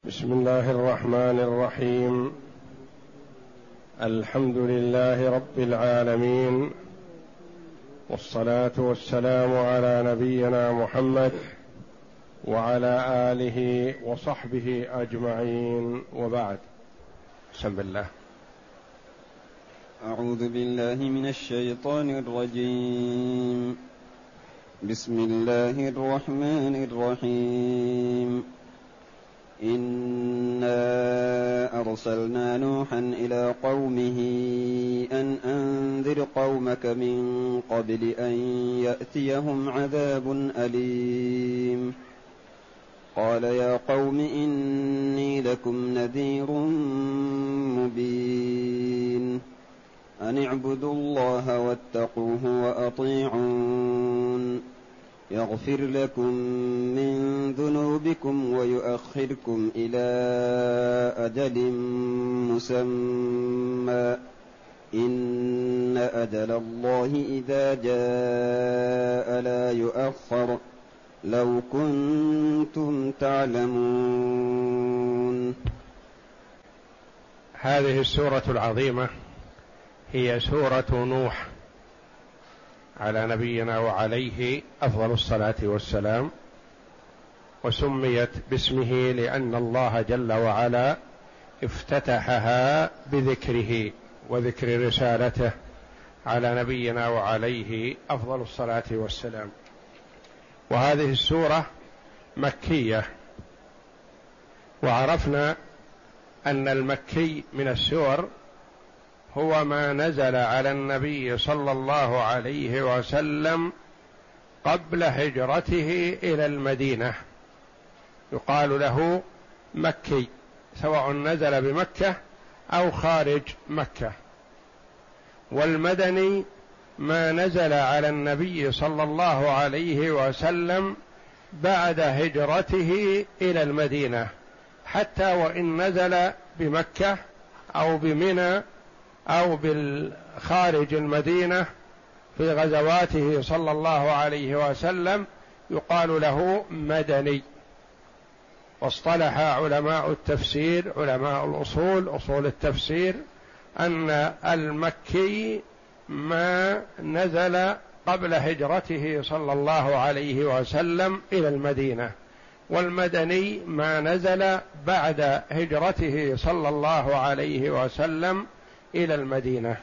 بسم الله الرحمن الرحيم. الحمد لله رب العالمين، والصلاة والسلام على نبينا محمد وعلى آله وصحبه أجمعين، وبعد. بسم الله. أعوذ بالله من الشيطان الرجيم. بسم الله الرحمن الرحيم. إنا أرسلنا نوحا إلى قومه أن أنذر قومك من قبل أن يأتيهم عذاب أليم. قال يا قوم إني لكم نذير مبين. أن اعبدوا الله واتقوه وأطيعون يغفر لكم من ذنوبكم ويؤخركم إلى أجل مسمى إن أجل الله إذا جاء لا يؤخر لو كنتم تعلمون. هذه السورة العظيمة هي سورة نوح على نبينا وعليه أفضل الصلاة والسلام، وسميت باسمه لأن الله جل وعلا افتتحها بذكره وذكر رسالته على نبينا وعليه أفضل الصلاة والسلام. وهذه السورة مكية، وعرفنا أن المكي من السور هو ما نزل على النبي صلى الله عليه وسلم قبل هجرته إلى المدينة، يقال له مكي، سواء نزل بمكة أو خارج مكة. والمدني ما نزل على النبي صلى الله عليه وسلم بعد هجرته إلى المدينة، حتى وإن نزل بمكة أو بمنى أو بالخارج المدينة في غزواته صلى الله عليه وسلم يقال له مدني. واصطلح علماء التفسير، علماء الأصول، أصول التفسير، أن المكي ما نزل قبل هجرته صلى الله عليه وسلم إلى المدينة، والمدني ما نزل بعد هجرته صلى الله عليه وسلم إلى المدينة.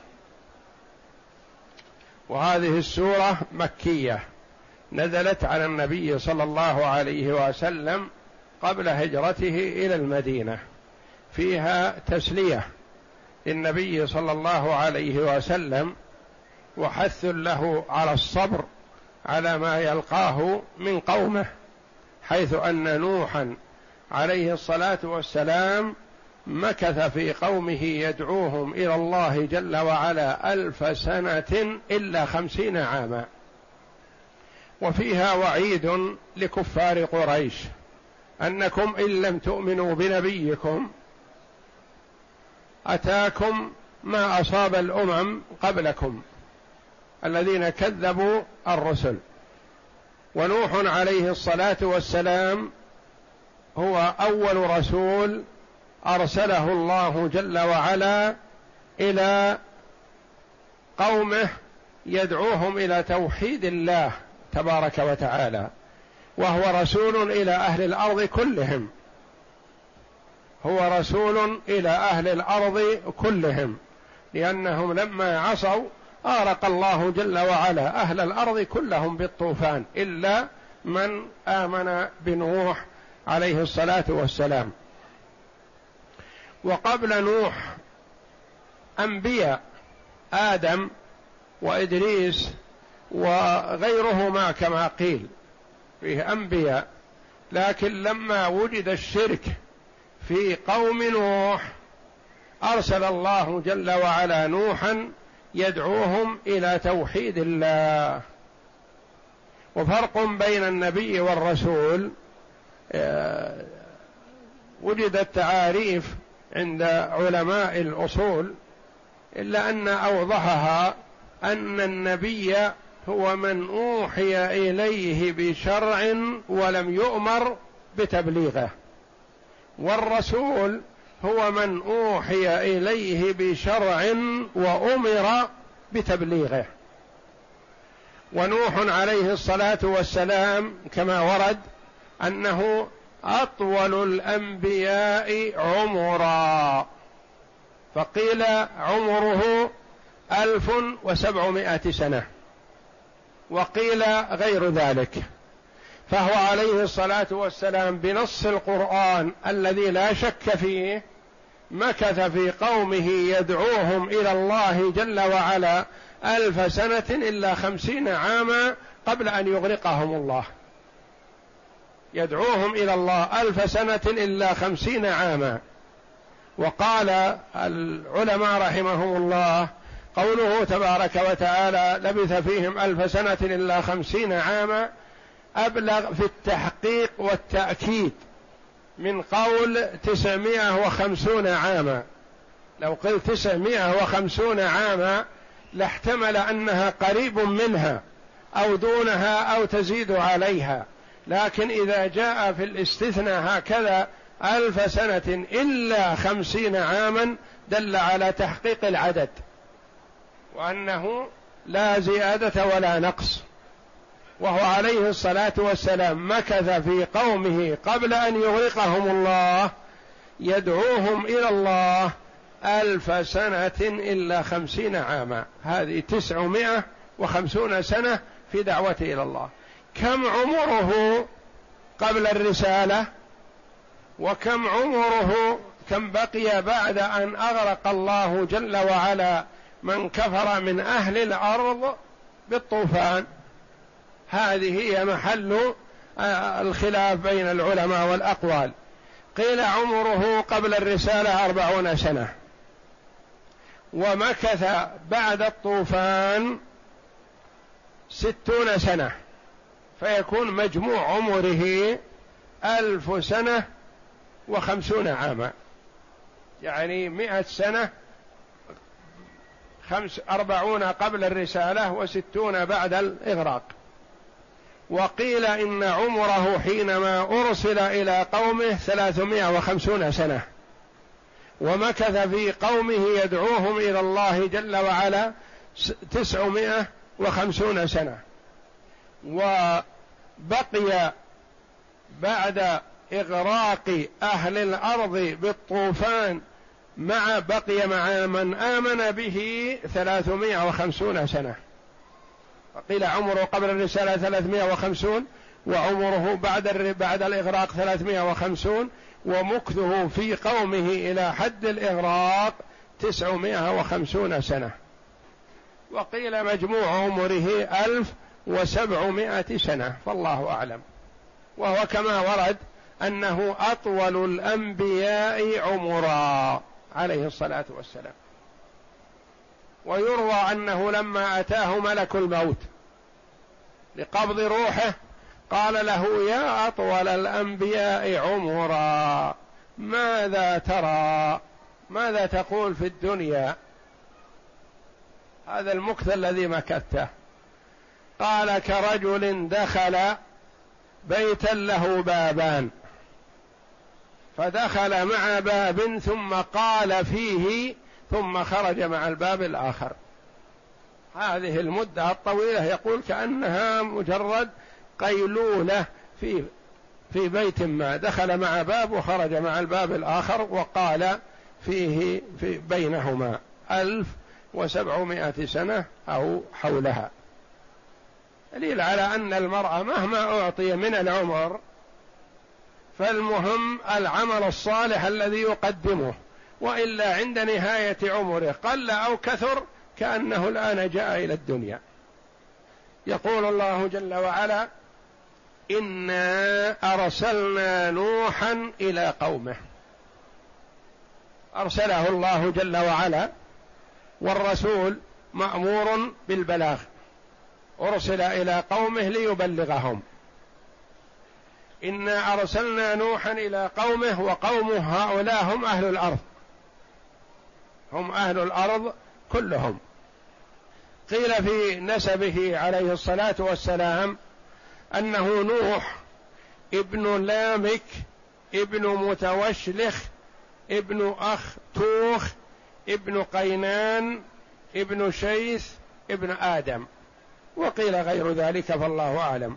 وهذه السورة مكية نزلت على النبي صلى الله عليه وسلم قبل هجرته إلى المدينة، فيها تسلية للنبي صلى الله عليه وسلم وحث له على الصبر على ما يلقاه من قومه، حيث أن نوحا عليه الصلاة والسلام مكث في قومه يدعوهم إلى الله جل وعلا 1000 سنة إلا 50 عاما. وفيها وعيد لكفار قريش أنكم إن لم تؤمنوا بنبيكم أتاكم ما أصاب الأمم قبلكم الذين كذبوا الرسل. ونوح عليه الصلاة والسلام هو أول رسول أرسله الله جل وعلا إلى قومه يدعوهم إلى توحيد الله تبارك وتعالى، وهو رسول إلى أهل الأرض كلهم، هو رسول إلى أهل الأرض كلهم، لأنهم لما عصوا أغرق الله جل وعلا أهل الأرض كلهم بالطوفان إلا من آمن بنوح عليه الصلاة والسلام. وقبل نوح أنبياء آدم وإدريس وغيرهما كما قيل، فيه أنبياء، لكن لما وجد الشرك في قوم نوح أرسل الله جل وعلا نوحا يدعوهم إلى توحيد الله. وفرق بين النبي والرسول وجدت تعاريف عند علماء الأصول، إلا أن أوضحها أن النبي هو من أوحي إليه بشرع ولم يؤمر بتبليغه، والرسول هو من أوحي إليه بشرع وأمر بتبليغه. ونوح عليه الصلاة والسلام كما ورد أنه أطول الأنبياء عمرا، فقيل عمره 1700 سنة، وقيل غير ذلك. فهو عليه الصلاة والسلام بنص القرآن الذي لا شك فيه مكث في قومه يدعوهم إلى الله جل وعلا 1000 سنة إلا 50 عاما قبل أن يغرقهم الله. يدعوهم إلى الله 1000 سنة إلا 50 عاما. وقال العلماء رحمهم الله قوله تبارك وتعالى لبث فيهم 1000 سنة إلا 50 عاما أبلغ في التحقيق والتأكيد من قول 950 عاما. لو قلت 950 عاما لاحتمل أنها قريب منها أو دونها أو تزيد عليها، لكن إذا جاء في الاستثناء هكذا 1000 سنة إلا 50 عاما دل على تحقيق العدد، وأنه لا زيادة ولا نقص. وهو عليه الصلاة والسلام مكث في قومه قبل أن يغرقهم الله يدعوهم إلى الله 1000 سنة إلا 50 عاما، هذه 950 سنة في دعوته إلى الله. كم عمره قبل الرسالة، وكم عمره كم بقي بعد أن أغرق الله جل وعلا من كفر من أهل الأرض بالطوفان. هذه هي محل الخلاف بين العلماء والأقوال. قيل عمره قبل الرسالة 40 سنة، ومكث بعد الطوفان 60 سنة، فيكون مجموع عمره 1000 سنة و50 عاما، يعني 100 سنة، 40 قبل الرسالة و60 بعد الإغراق. وقيل إن عمره حينما أرسل إلى قومه 350 سنة، ومكث في قومه يدعوهم إلى الله جل وعلا 950 سنة، وبقي بعد إغراق أهل الأرض بالطوفان بقي مع من آمن به 350 سنة. فقيل عمره قبل الرسالة 350، وعمره بعد الإغراق 350، ومكثه في قومه إلى حد الإغراق 950 سنة. وقيل مجموع عمره 1700 سنة، فالله أعلم. وهو كما ورد أنه أطول الأنبياء عمرا عليه الصلاة والسلام. ويروى أنه لما أتاه ملك الموت لقبض روحه قال له: يا أطول الأنبياء عمرا، ماذا ترى؟ ماذا تقول في الدنيا؟ هذا المكث الذي مكثته. قال: كرجل دخل بيتا له بابان، فدخل مع باب ثم قال فيه ثم خرج مع الباب الآخر. هذه المدة الطويلة يقول كأنها مجرد قيلولة في بيت ما، دخل مع باب وخرج مع الباب الآخر، وقال فيه في بينهما 1700 سنة أو حولها. دليل على أن المرء مهما أعطي من العمر فالمهم العمل الصالح الذي يقدمه، وإلا عند نهاية عمره قل أو كثر كأنه الآن جاء إلى الدنيا. يقول الله جل وعلا: إنا أرسلنا نوحا إلى قومه. أرسله الله جل وعلا، والرسول مأمور بالبلاغ، أرسل إلى قومه ليبلغهم. إنا أرسلنا نوحا إلى قومه، وقومه هؤلاء هم أهل الأرض، هم أهل الأرض كلهم. قيل في نسبه عليه الصلاة والسلام أنه نوح ابن لامك ابن متوشلخ ابن أخطوخ ابن قينان ابن شيث ابن آدم، وقيل غير ذلك فالله أعلم.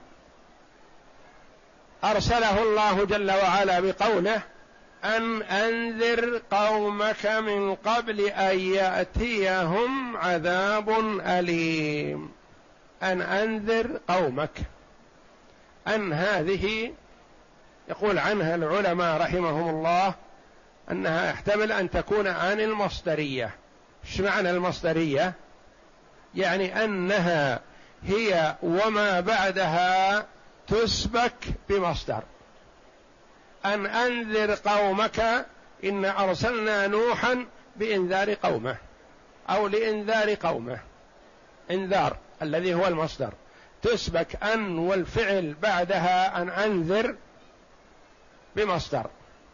أرسله الله جل وعلا بقوله: أن أنذر قومك من قبل أن يأتيهم عذاب أليم. أن أنذر قومك، أن هذه يقول عنها العلماء رحمهم الله أنها يحتمل أن تكون عن المصدرية. إيش معنى المصدرية؟ يعني أنها هي وما بعدها تسبك بمصدر. أن أنذر قومك، إن أرسلنا نوحا بإنذار قومه أو لإنذار قومه، إنذار الذي هو المصدر، تسبك أن والفعل بعدها أن أنذر بمصدر.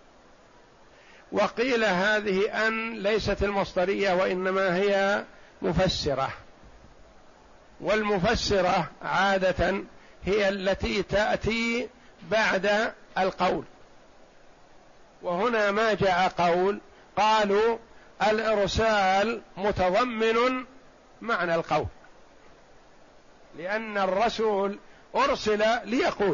وقيل هذه أن ليست المصدرية وإنما هي مفسرة، والمفسرة عادة هي التي تأتي بعد القول، وهنا ما جاء قول، قالوا الإرسال متضمن معنى القول، لأن الرسول أرسل ليقول،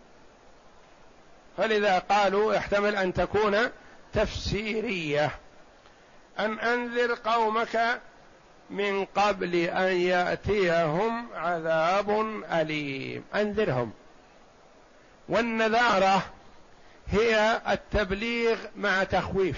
فلذا قالوا يحتمل أن تكون تفسيرية. أن أنذر قومك من قبل أن يأتيهم عذاب أليم، أنذرهم. والنذارة هي التبليغ مع تخويف،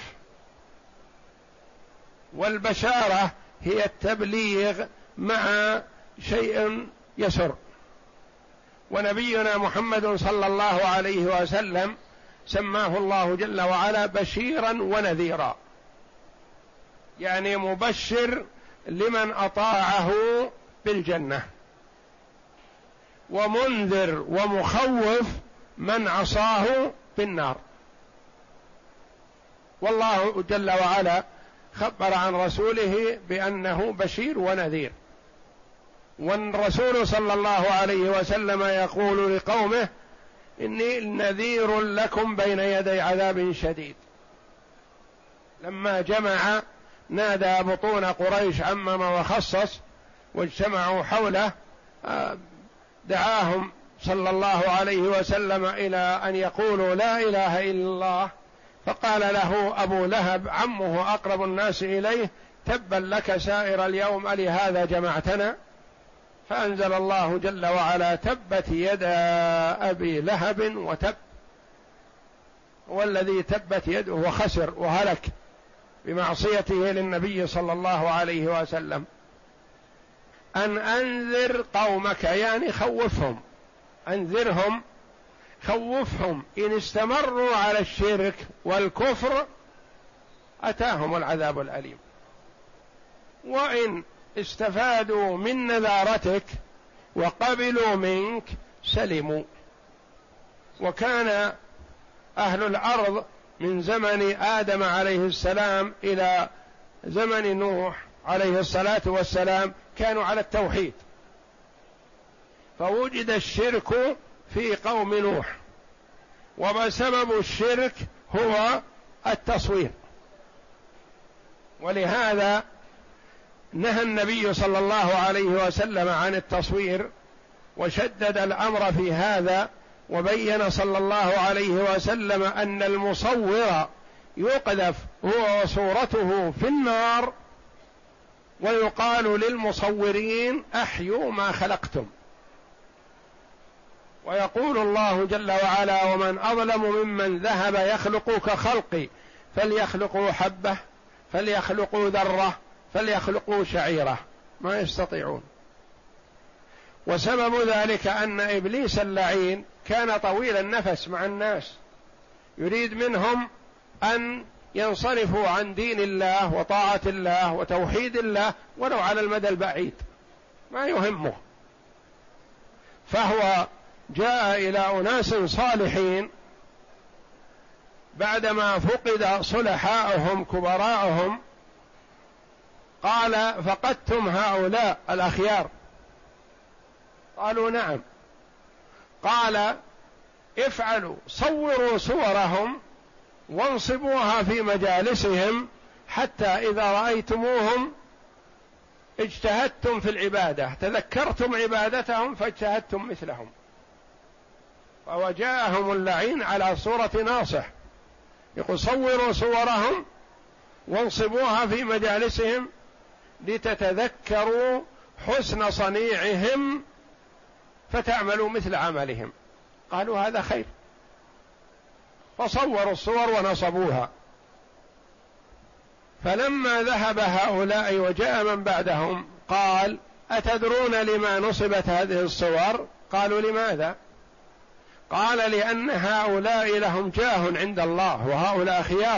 والبشارة هي التبليغ مع شيء يسر. ونبينا محمد صلى الله عليه وسلم سماه الله جل وعلا بشيرا ونذيرا، يعني مبشر لمن أطاعه بالجنة، ومنذر ومخوف من عصاه بالنار. والله جل وعلا خبر عن رسوله بأنه بشير ونذير، والرسول صلى الله عليه وسلم يقول لقومه: إني نذير لكم بين يدي عذاب شديد. لما جمع نادى بطون قريش، عمم وخصص، واجتمعوا حوله، دعاهم صلى الله عليه وسلم إلى أن يقولوا لا إله إلا الله، فقال له أبو لهب عمه أقرب الناس إليه: تبا لك سائر اليوم ألهذا جمعتنا؟ فأنزل الله جل وعلا: تبت يدا أبي لهب وتب، والذي تبت يده وخسر وهلك بمعصيته للنبي صلى الله عليه وسلم. أن أنذر قومك يعني خوفهم، أنذرهم خوفهم، إن استمروا على الشرك والكفر أتاهم العذاب الأليم، وإن استفادوا من نذارتك وقبلوا منك سلموا. وكان أهل الأرض من زمن آدم عليه السلام إلى زمن نوح عليه الصلاة والسلام كانوا على التوحيد، فوجد الشرك في قوم نوح، وسبب الشرك هو التصوير، ولهذا نهى النبي صلى الله عليه وسلم عن التصوير، وشدد الأمر في هذا، وبين صلى الله عليه وسلم أن المصور يقذف هو وصورته في النار، ويقال للمصورين: أحيوا ما خلقتم. ويقول الله جل وعلا: ومن أظلم ممن ذهب يخلق كخلقي فليخلقوا حبة فليخلقوا ذرة فليخلقوا شعيرة، ما يستطيعون. وسبب ذلك أن إبليس اللعين كان طويل النفس مع الناس، يريد منهم أن ينصرفوا عن دين الله وطاعة الله وتوحيد الله ولو على المدى البعيد، ما يهمه. فهو جاء إلى أناس صالحين بعدما فقد صلحاؤهم كبراءهم، قال: فقدتم هؤلاء الأخيار؟ قالوا: نعم. قال: افعلوا، صوروا صورهم وانصبوها في مجالسهم حتى إذا رأيتموهم اجتهدتم في العبادة تذكرتم عبادتهم فاجتهدتم مثلهم. وجاءهم اللعين على صورة ناصح، يقول صوروا صورهم وانصبوها في مجالسهم لتتذكروا حسن صنيعهم فتعملوا مثل عملهم. قالوا هذا خير، فصوروا الصور ونصبوها. فلما ذهب هؤلاء وجاء من بعدهم قال أتدرون لما نصبت هذه الصور؟ قالوا لماذا؟ قال لأن هؤلاء لهم جاه عند الله وهؤلاء خيار،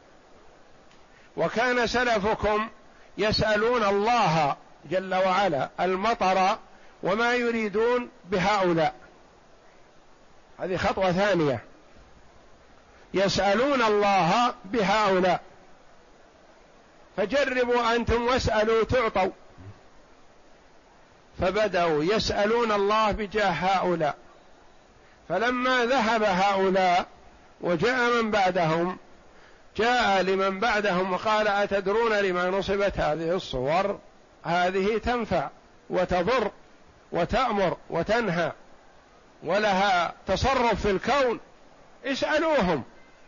وكان سلفكم يسألون الله جل وعلا المطر وما يريدون بهؤلاء. هذه خطوة ثانية، يسألون الله بهؤلاء، فجربوا أنتم واسألوا تعطوا. فبدأوا يسألون الله بجاه هؤلاء، فلما ذهب هؤلاء وجاء من بعدهم جاء لمن بعدهم وقال أتدرون لما نصبت هذه الصور؟ هذه تنفع وتضر وتأمر وتنهى ولها تصرف في الكون، اسألوهم.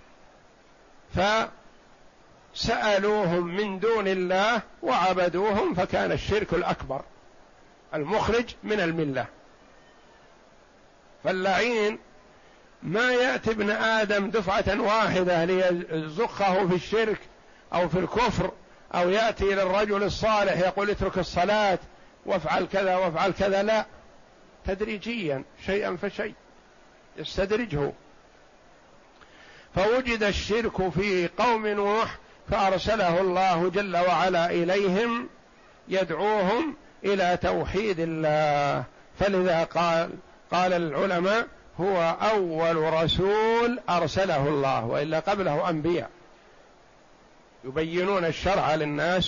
فسألوهم من دون الله وعبدوهم، فكان الشرك الأكبر المخرج من الملة. فاللعين ما يأتي ابن آدم دفعة واحدة ليزخه في الشرك أو في الكفر، أو يأتي للرجل الصالح يقول اترك الصلاة وافعل كذا وافعل كذا، لا، تدريجيا شيئا فشيء يستدرجه. فوجد الشرك في قوم نوح فأرسله الله جل وعلا إليهم يدعوهم إلى توحيد الله. فلذا قال العلماء هو أول رسول أرسله الله، وإلا قبله أنبياء يبينون الشرع للناس،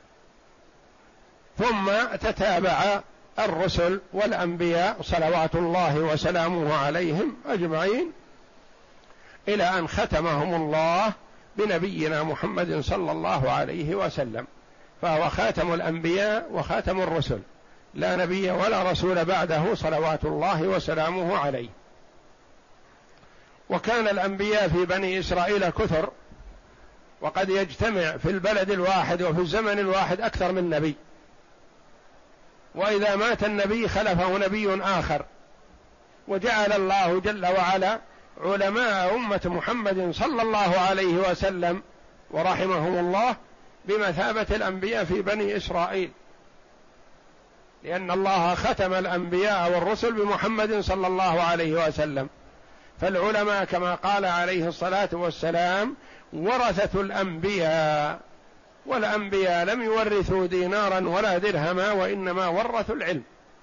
ثم تتابع الرسل والأنبياء صلوات الله وسلامه عليهم أجمعين إلى أن ختمهم الله بنبينا محمد صلى الله عليه وسلم، فهو خاتم الأنبياء وخاتم الرسل، لا نبي ولا رسول بعده صلوات الله وسلامه عليه. وكان الأنبياء في بني إسرائيل كثر، وقد يجتمع في البلد الواحد وفي الزمن الواحد أكثر من نبي، وإذا مات النبي خلفه نبي آخر. وجعل الله جل وعلا علماء أمة محمد صلى الله عليه وسلم ورحمهم الله بمثابة الأنبياء في بني إسرائيل، لأن الله ختم الأنبياء والرسل بمحمد صلى الله عليه وسلم. فالعلماء كما قال عليه الصلاة والسلام ورثة الأنبياء، والأنبياء لم يورثوا دينارا ولا درهما، وإنما ورثوا العلم.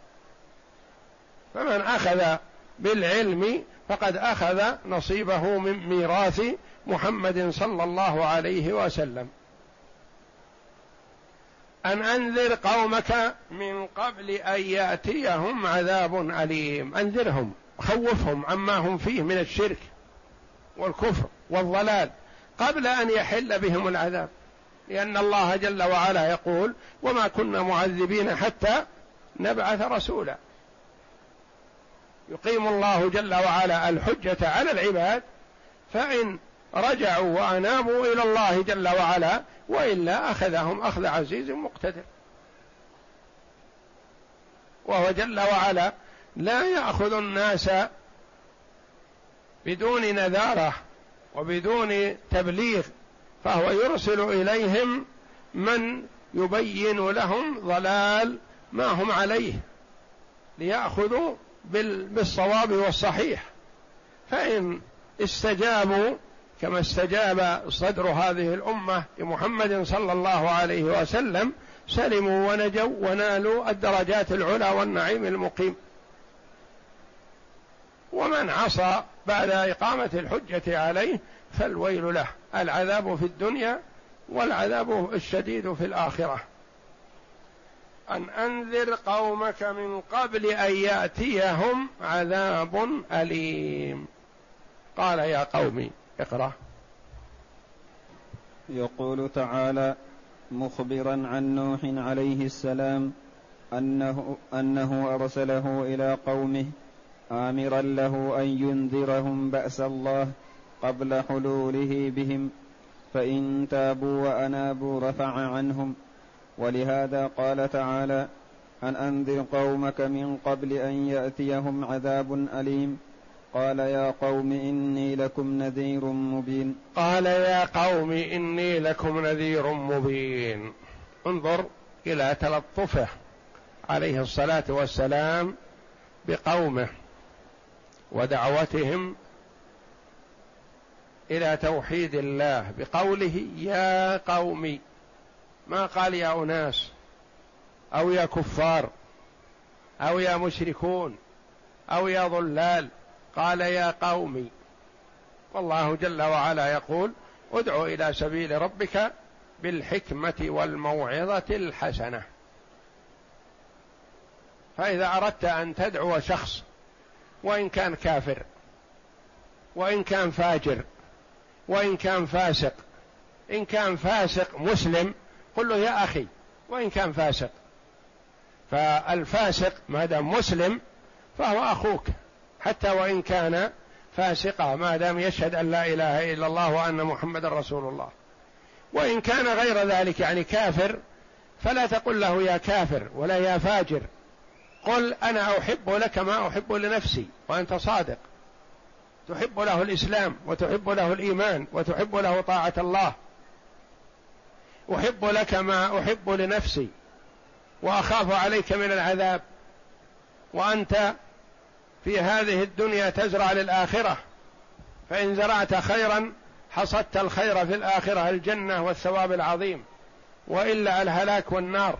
فمن أخذ بالعلم فقد أخذ نصيبه من ميراث محمد صلى الله عليه وسلم. أن أنذر قومك من قبل أن يأتيهم عذاب أليم. أنذرهم، خوفهم عما هم فيه من الشرك والكفر والضلال قبل أن يحل بهم العذاب، لأن الله جل وعلا يقول وما كنا معذبين حتى نبعث رسولا. يقيم الله جل وعلا الحجة على العباد، فإن رجعوا وأنابوا إلى الله جل وعلا، وإلا أخذهم أخذ عزيز مقتدر. وهو جل وعلا لا يأخذ الناس بدون نذارة وبدون تبليغ، فهو يرسل إليهم من يبين لهم ضلال ما هم عليه ليأخذوا بالصواب والصحيح. فإن استجابوا كما استجاب صدر هذه الأمة لمحمد صلى الله عليه وسلم سلموا ونجوا ونالوا الدرجات العلى والنعيم المقيم. ومن عصى بعد إقامة الحجة عليه فالويل له، العذاب في الدنيا والعذاب الشديد في الآخرة. أن أنذر قومك من قبل أن يأتيهم عذاب أليم. قال يا قومي اقرأ. يقول تعالى مخبرا عن نوح عليه السلام أنه أرسله إلى قومه آمرا له أن ينذرهم بأس الله قبل حلوله بهم، فإن تابوا وأنابوا رفع عنهم. ولهذا قال تعالى أن أنذر قومك من قبل أن يأتيهم عذاب أليم. قال يا قوم إني لكم نذير مبين. قال يا قوم إني لكم نذير مبين. انظر إلى تلطفه عليه الصلاة والسلام بقومه ودعوتهم إلى توحيد الله بقوله يا قوم، ما قال يا أناس أو يا كفار أو يا مشركون أو يا ضلال، قال يا قوم. والله جل وعلا يقول ادع إلى سبيل ربك بالحكمة والموعظة الحسنة. فإذا أردت أن تدعو شخص وإن كان كافر وإن كان فاجر وإن كان فاسق، إن كان فاسق مسلم قل له يا أخي وإن كان فاسق، فالفاسق ما دام مسلم فهو أخوك حتى وإن كان فاسقا ما دام يشهد أن لا إله إلا الله وأن محمد رسول الله. وإن كان غير ذلك يعني كافر فلا تقل له يا كافر ولا يا فاجر، قل أنا أحب لك ما أحب لنفسي وأنت صادق، تحب له الإسلام وتحب له الإيمان وتحب له طاعة الله، أحب لك ما أحب لنفسي وأخاف عليك من العذاب، وأنت في هذه الدنيا تزرع للآخرة، فإن زرعت خيرا حصدت الخير في الآخرة الجنة والثواب العظيم، وإلا الهلاك والنار.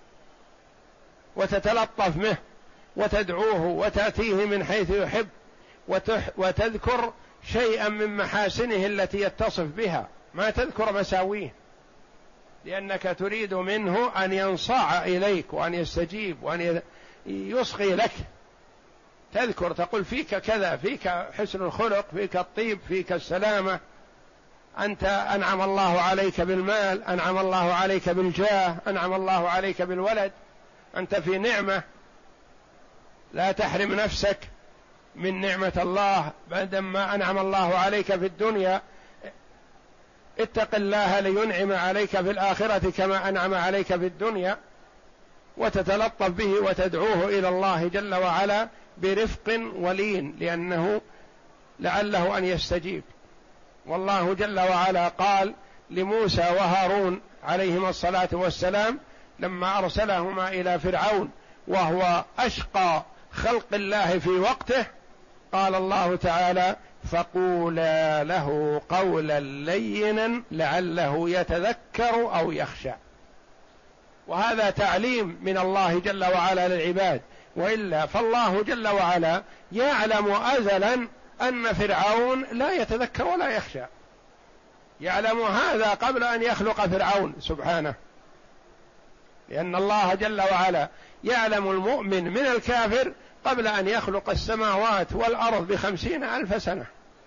وتتلطف به وتدعوه وتأتيه من حيث يحب وتذكر شيئا من محاسنه التي يتصف بها، ما تذكر مساويه، لأنك تريد منه أن ينصاع إليك وأن يستجيب وأن يصغي لك. تذكر تقول فيك كذا، فيك حسن الخلق، فيك الطيب، فيك السلامة، أنت أنعم الله عليك بالمال، أنعم الله عليك بالجاه، أنعم الله عليك بالولد، أنت في نعمة، لا تحرم نفسك من نعمة الله بعدما أنعم الله عليك في الدنيا. اتق الله لينعم عليك في الآخرة كما أنعم عليك في الدنيا. وتتلطف به وتدعوه إلى الله جل وعلا برفق ولين، لأنه لعله أن يستجيب. والله جل وعلا قال لموسى وهارون عليهما الصلاة والسلام لما أرسلهما إلى فرعون وهو أشقى خلق الله في وقته، قال الله تعالى فقولا له قولا لينا لعله يتذكر أو يخشى. وهذا تعليم من الله جل وعلا للعباد، وإلا فالله جل وعلا يعلم أزلا أن فرعون لا يتذكر ولا يخشى، يعلم هذا قبل أن يخلق فرعون سبحانه، لأن الله جل وعلا يعلم المؤمن من الكافر قبل أن يخلق السماوات والأرض ب50,000 سنة.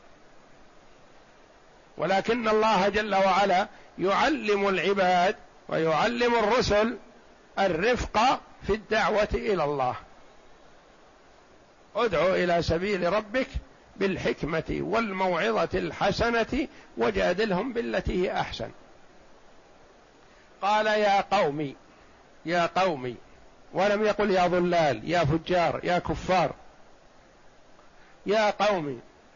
ولكن الله جل وعلا يعلم العباد ويعلم الرسل الرفق في الدعوة إلى الله. ادع إلى سبيل ربك بالحكمة والموعظة الحسنة وجادلهم بالتي هي أحسن. قال يا قومي، يا قومي، ولم يقل يا ضلال يا فجار يا كفار، يا قومي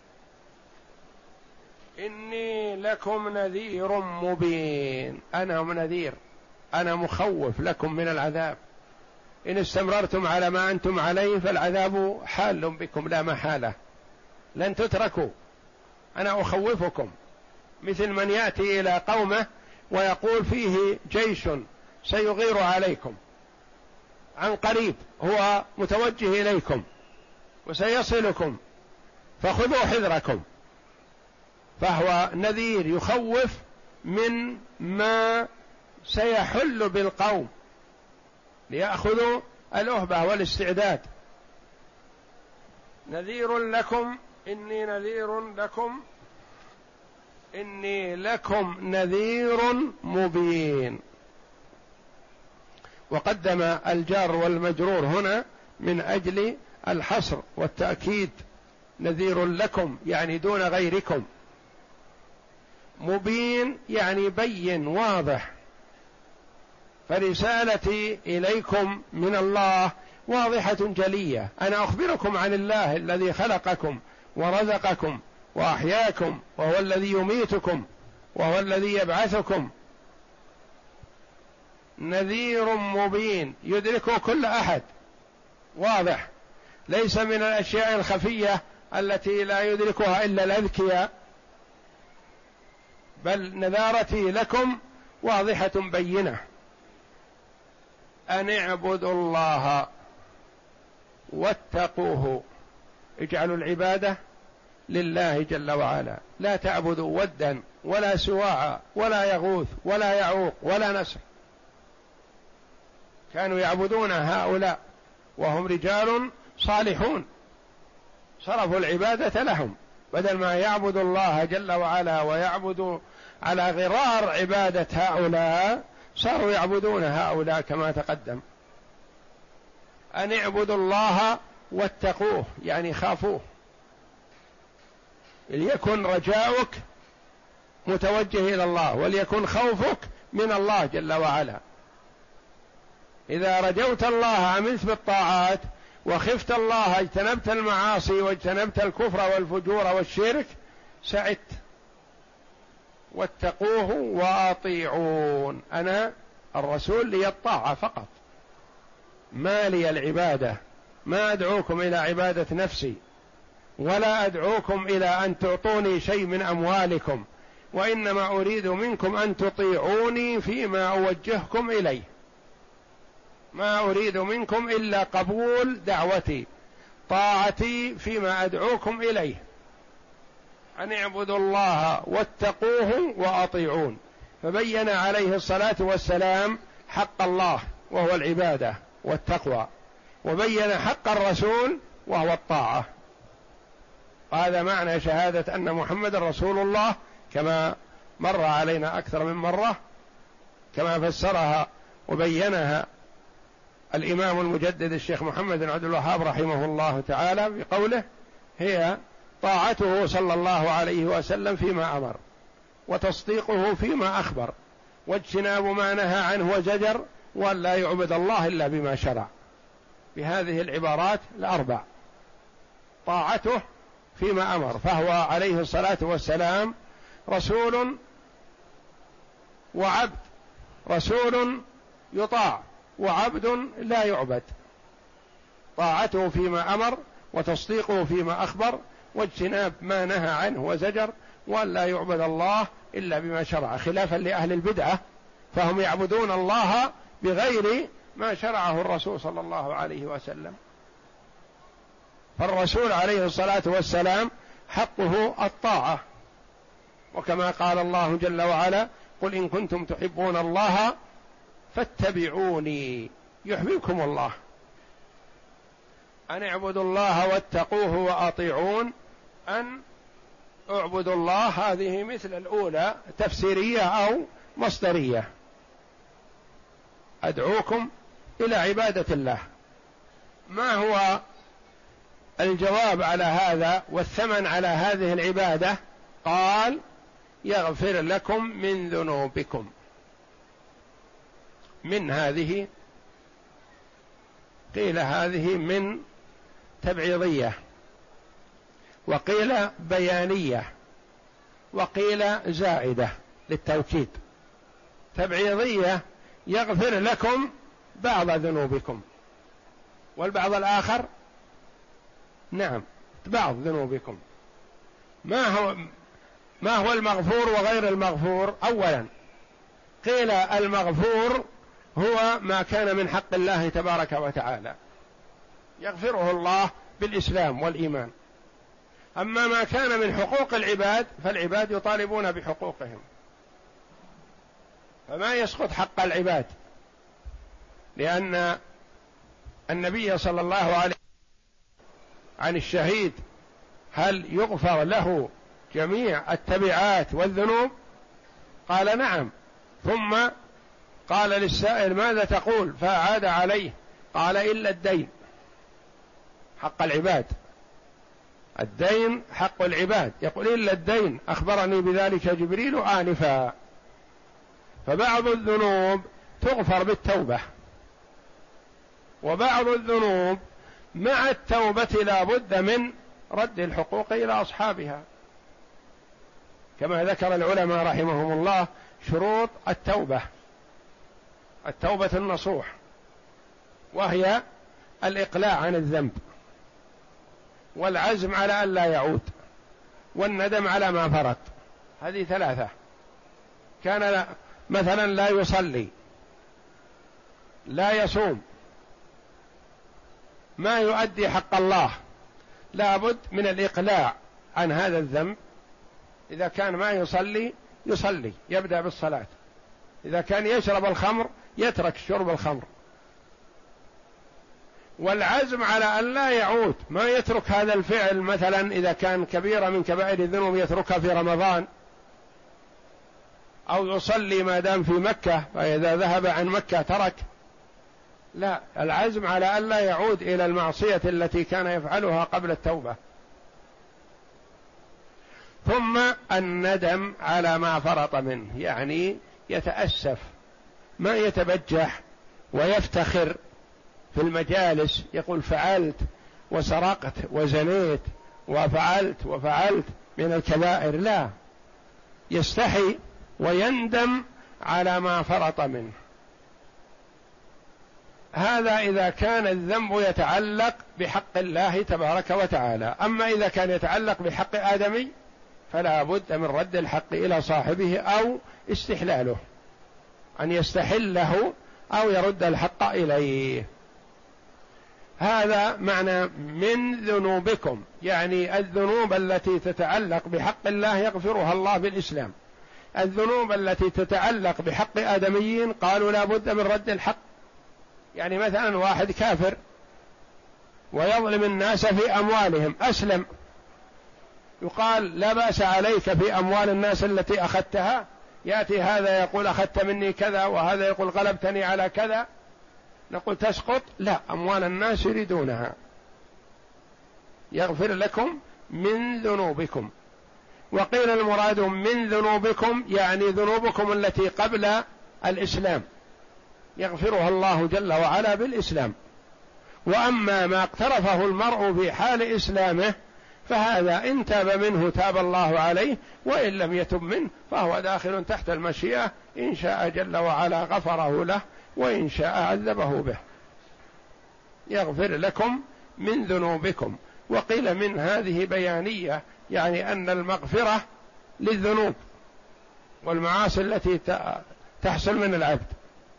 إني لكم نذير مبين. أنا نذير، أنا مخوف لكم من العذاب، إن استمررتم على ما أنتم عليه فالعذاب حال بكم لا محالة، لن تتركوا، أنا أخوفكم. مثل من يأتي إلى قومه ويقول فيه جيش سيغير عليكم عن قريب، هو متوجه إليكم وسيصلكم فخذوا حذركم، فهو نذير يخوف من ما سيحل بالقوم ليأخذوا الأهبة والاستعداد. نذير لكم إني نذير لكم إني لكم نذير مبين. وقدم الجار والمجرور هنا من أجل الحصر والتأكيد، نذير لكم يعني دون غيركم، مبين يعني بين واضح. فرسالتي إليكم من الله واضحة جلية، أنا أخبركم عن الله الذي خلقكم ورزقكم وأحياكم، وهو الذي يميتكم وهو الذي يبعثكم. نذير مبين يدركه كل أحد، واضح، ليس من الأشياء الخفية التي لا يدركها إلا الأذكياء، بل نذارتي لكم واضحة بينة. أن اعبدوا الله واتقوه، اجعلوا العبادة لله جل وعلا، لا تعبدوا ودا ولا سواعا ولا يغوث ولا يعوق ولا نسر. كانوا يعبدون هؤلاء وهم رجال صالحون، صرفوا العبادة لهم، بدل ما يعبدوا الله جل وعلا ويعبدوا على غرار عبادة هؤلاء، صاروا يعبدون هؤلاء كما تقدم. أن اعبدوا الله واتقوه يعني خافوه، ليكن رجاؤك متوجه إلى الله، وليكن خوفك من الله جل وعلا. إذا رجوت الله عملت بالطاعات، وخفت الله اجتنبت المعاصي واجتنبت الكفر والفجور والشرك، سعدت. واتقوه وأطيعون، أنا الرسول لي الطاعة فقط، ما لي العبادة، ما أدعوكم إلى عبادة نفسي، ولا أدعوكم إلى أن تعطوني شيء من أموالكم، وإنما أريد منكم أن تطيعوني فيما أوجهكم إليه، ما أريد منكم إلا قبول دعوتي، طاعتي فيما أدعوكم إليه. أن اعبدوا الله واتقوه وأطيعون. فبين عليه الصلاة والسلام حق الله وهو العبادة والتقوى، وبين حق الرسول وهو الطاعة. هذا معنى شهادة أن محمد رسول الله كما مر علينا أكثر من مرة، كما فسرها وبينها الإمام المجدد الشيخ محمد بن عبد الوهاب رحمه الله تعالى بقوله: هي طاعته صلى الله عليه وسلم فيما أمر، وتصديقه فيما أخبر، واجتناب ما نهى عنه وزجر، وأن لا يعبد الله إلا بما شرع. بهذه العبارات الأربع: طاعته فيما أمر، فهو عليه الصلاة والسلام رسول وعبد، رسول يطاع وعبد لا يعبد. طاعته فيما أمر، وتصديقه فيما أخبر، واجتناب ما نهى عنه وزجر، وأن لا يعبد الله إلا بما شرع، خلافا لأهل البدعة، فهم يعبدون الله بغير ما شرعه الرسول صلى الله عليه وسلم. فالرسول عليه الصلاة والسلام حقه الطاعة، وكما قال الله جل وعلا: قل إن كنتم تحبون الله فاتبعوني يحببكم الله. أن اعبدوا الله واتقوه وأطيعون. أن اعبدوا الله هذه مثل الأولى تفسيرية أو مصدرية، أدعوكم إلى عبادة الله. ما هو الجواب على هذا والثمن على هذه العبادة؟ قال: يغفر لكم من ذنوبكم. من هذه قيل هذه من تبعيضية، وقيل بيانية، وقيل زائدة للتوكيد. تبعيضية: يغفر لكم بعض ذنوبكم، والبعض الآخر نعم بعض ذنوبكم. ما هو المغفور وغير المغفور؟ أولا قيل المغفور هو ما كان من حق الله تبارك وتعالى، يغفره الله بالإسلام والإيمان. أما ما كان من حقوق العباد فالعباد يطالبون بحقوقهم، فما يسقط حق العباد، لأن النبي صلى الله عليه وسلم عن الشهيد: هل يغفر له جميع التبعات والذنوب؟ قال نعم. ثم قال للسائل ماذا تقول؟ فأعاد عليه قال إلا الدين، حق العباد، الدين حق العباد. يقول إلا الدين، أخبرني بذلك جبريل آنفا. فبعض الذنوب تغفر بالتوبة، وبعض الذنوب مع التوبة لا بد من رد الحقوق إلى أصحابها، كما ذكر العلماء رحمهم الله شروط التوبة: التوبة النصوح، وهي الإقلاع عن الذنب، والعزم على أن لا يعود، والندم على ما فرط. هذه ثلاثة. كان مثلا لا يصلي، لا يصوم، ما يؤدي حق الله، لابد من الإقلاع عن هذا الذنب. إذا كان ما يصلي يبدأ بالصلاة، إذا كان يشرب الخمر يترك شرب الخمر، والعزم على أن لا يعود، ما يترك هذا الفعل. مثلا إذا كان كبيرة من كبائر الذنوب يتركها في رمضان، أو يصلي ما دام في مكة، فإذا ذهب عن مكة ترك. لا، العزم على أن لا يعود إلى المعصية التي كان يفعلها قبل التوبة. ثم الندم على ما فرط منه، يعني يتأسف، ما يتبجح ويفتخر في المجالس يقول فعلت وسرقت وزنيت وفعلت من الكبائر. لا، يستحي ويندم على ما فرط منه. هذا إذا كان الذنب يتعلق بحق الله تبارك وتعالى. أما إذا كان يتعلق بحق آدمي فلا بد من رد الحق إلى صاحبه أو استحلاله، أن يستحله أو يرد الحق إليه. هذا معنى من ذنوبكم، يعني الذنوب التي تتعلق بحق الله يغفرها الله بالإسلام. الذنوب التي تتعلق بحق آدميين قالوا لا بد من رد الحق. يعني مثلا واحد كافر ويظلم الناس في أموالهم، أسلم، يقال لا بأس عليك في أموال الناس التي أخذتها. يأتي هذا يقول أخذت مني كذا، وهذا يقول غلبتني على كذا، نقول تسقط؟ لا، أموال الناس يريدونها. يغفر لكم من ذنوبكم. وقيل المراد من ذنوبكم يعني ذنوبكم التي قبل الإسلام، يغفرها الله جل وعلا بالإسلام. وأما ما اقترفه المرء في حال إسلامه فهذا إن تاب منه تاب الله عليه، وإن لم يتب منه فهو داخل تحت المشيئة، إن شاء جل وعلا غفره له، وإن شاء عذبه به. يغفر لكم من ذنوبكم. وقيل من هذه بيانية، يعني أن المغفرة للذنوب والمعاصي التي تحصل من العبد.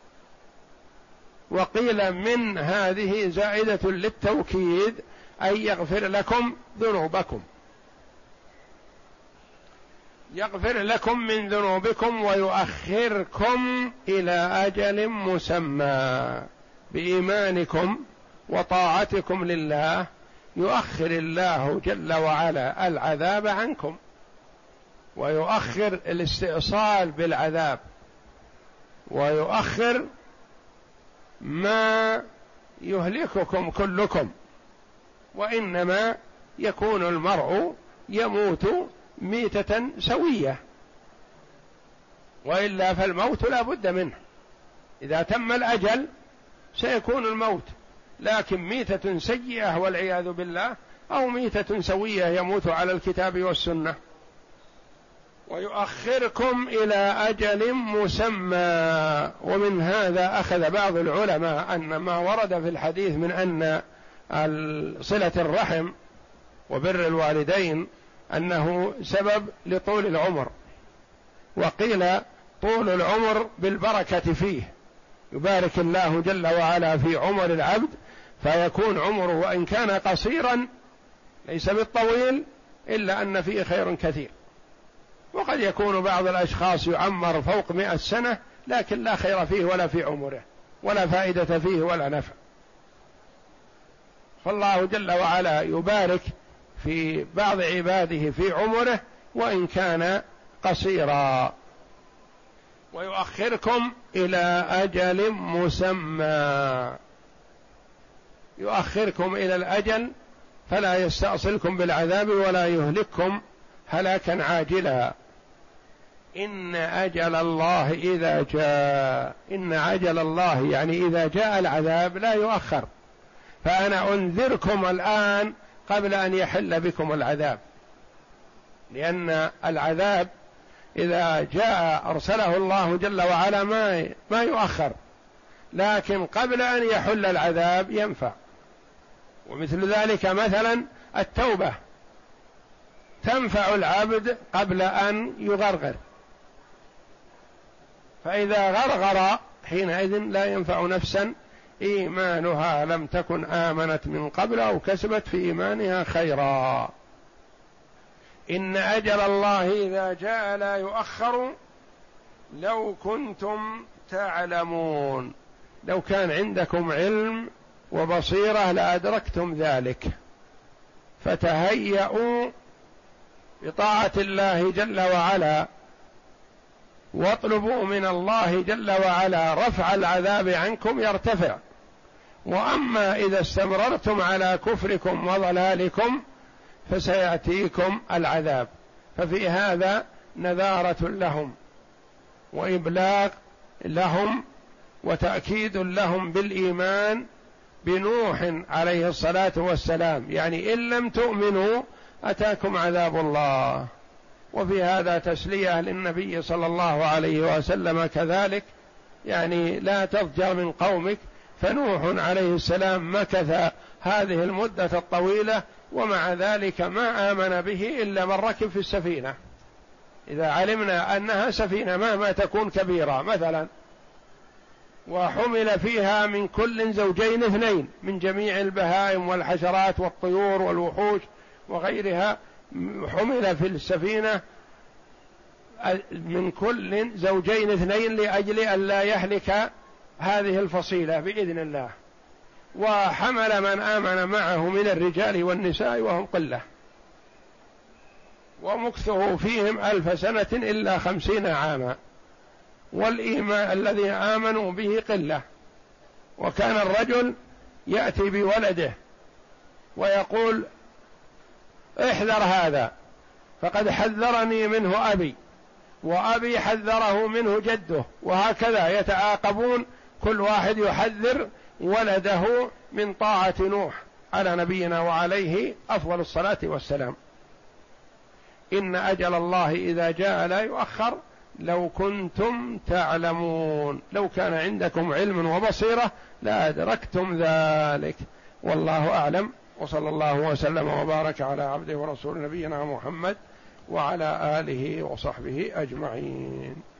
وقيل من هذه زائدة للتوكيد، أي يغفر لكم ذنوبكم، يغفر لكم من ذنوبكم ويؤخركم إلى أجل مسمى. بإيمانكم وطاعتكم لله يؤخر الله جل وعلا العذاب عنكم، ويؤخر الاستئصال بالعذاب، ويؤخر ما يهلككم كلكم. وإنما يكون المرء يموت ميتة سوية، وإلا فالموت لا بد منه. إذا تم الأجل سيكون الموت، لكن ميتة سيئة والعياذ بالله، أو ميتة سوية يموت على الكتاب والسنة. ويؤخركم إلى أجل مسمى. ومن هذا أخذ بعض العلماء أن ما ورد في الحديث من أن صلة الرحم وبر الوالدين أنه سبب لطول العمر. وقيل طول العمر بالبركة فيه، يبارك الله جل وعلا في عمر العبد، فيكون عمره وإن كان قصيرا ليس بالطويل إلا أن فيه خير كثير. وقد يكون بعض الأشخاص يعمر فوق 100 سنة لكن لا خير فيه ولا في عمره، ولا فائدة فيه ولا نفع. فالله جل وعلا يبارك في بعض عباده في عمره، وإن كان قصيرا، ويؤخركم إلى أجل مسمى، يؤخركم إلى الأجل فلا يستأصلكم بالعذاب ولا يهلككم هلاكا عاجلا. إن أجل الله إذا جاء، إن أجل الله يعني إذا جاء العذاب لا يؤخر، فأنا أنذركم الآن قبل أن يحل بكم العذاب، لأن العذاب إذا جاء أرسله الله جل وعلا ما يؤخر، لكن قبل أن يحل العذاب ينفع. ومثل ذلك مثلا التوبة تنفع العبد قبل أن يغرغر، فإذا غرغر حينئذ لا ينفع نفسا إيمانها لم تكن آمنت من قبل أو كسبت في إيمانها خيرا. إن أجل الله إذا جاء لا يؤخر لو كنتم تعلمون، لو كان عندكم علم وبصيرة لأدركتم ذلك، فتهيئوا بطاعة الله جل وعلا، واطلبوا من الله جل وعلا رفع العذاب عنكم يرتفع. وأما إذا استمررتم على كفركم وضلالكم فسيأتيكم العذاب. ففي هذا نذارة لهم وإبلاغ لهم وتأكيد لهم بالإيمان بنوح عليه الصلاة والسلام، يعني إن لم تؤمنوا أتاكم عذاب الله. وفي هذا تسلية للنبي صلى الله عليه وسلم كذلك، يعني لا تضجر من قومك. فنوح عليه السلام مكث هذه المدة الطويلة ومع ذلك ما آمن به إلا من ركب في السفينة. إذا علمنا أنها سفينة مهما تكون كبيرة مثلا وحمل فيها من كل زوجين اثنين من جميع البهائم والحشرات والطيور والوحوش وغيرها، حمل في السفينة من كل زوجين اثنين لأجل أن لا يهلك هذه الفصيلة بإذن الله، وحمل من آمن معه من الرجال والنساء وهم قلة، ومكثه فيهم 1000 سنة إلا 50 عاما، والإيمان الذي آمنوا به قلة. وكان الرجل يأتي بولده ويقول احذر هذا فقد حذرني منه أبي، وأبي حذره منه جده، وهكذا يتعاقبون، كل واحد يحذر ولده من طاعة نوح على نبينا وعليه أفضل الصلاة والسلام. إن أجل الله إذا جاء لا يؤخر لو كنتم تعلمون، لو كان عندكم علم وبصيرة لأدركتم ذلك. والله أعلم، وصلى الله وسلم وبارك على عبده ورسول نبينا محمد وعلى آله وصحبه أجمعين.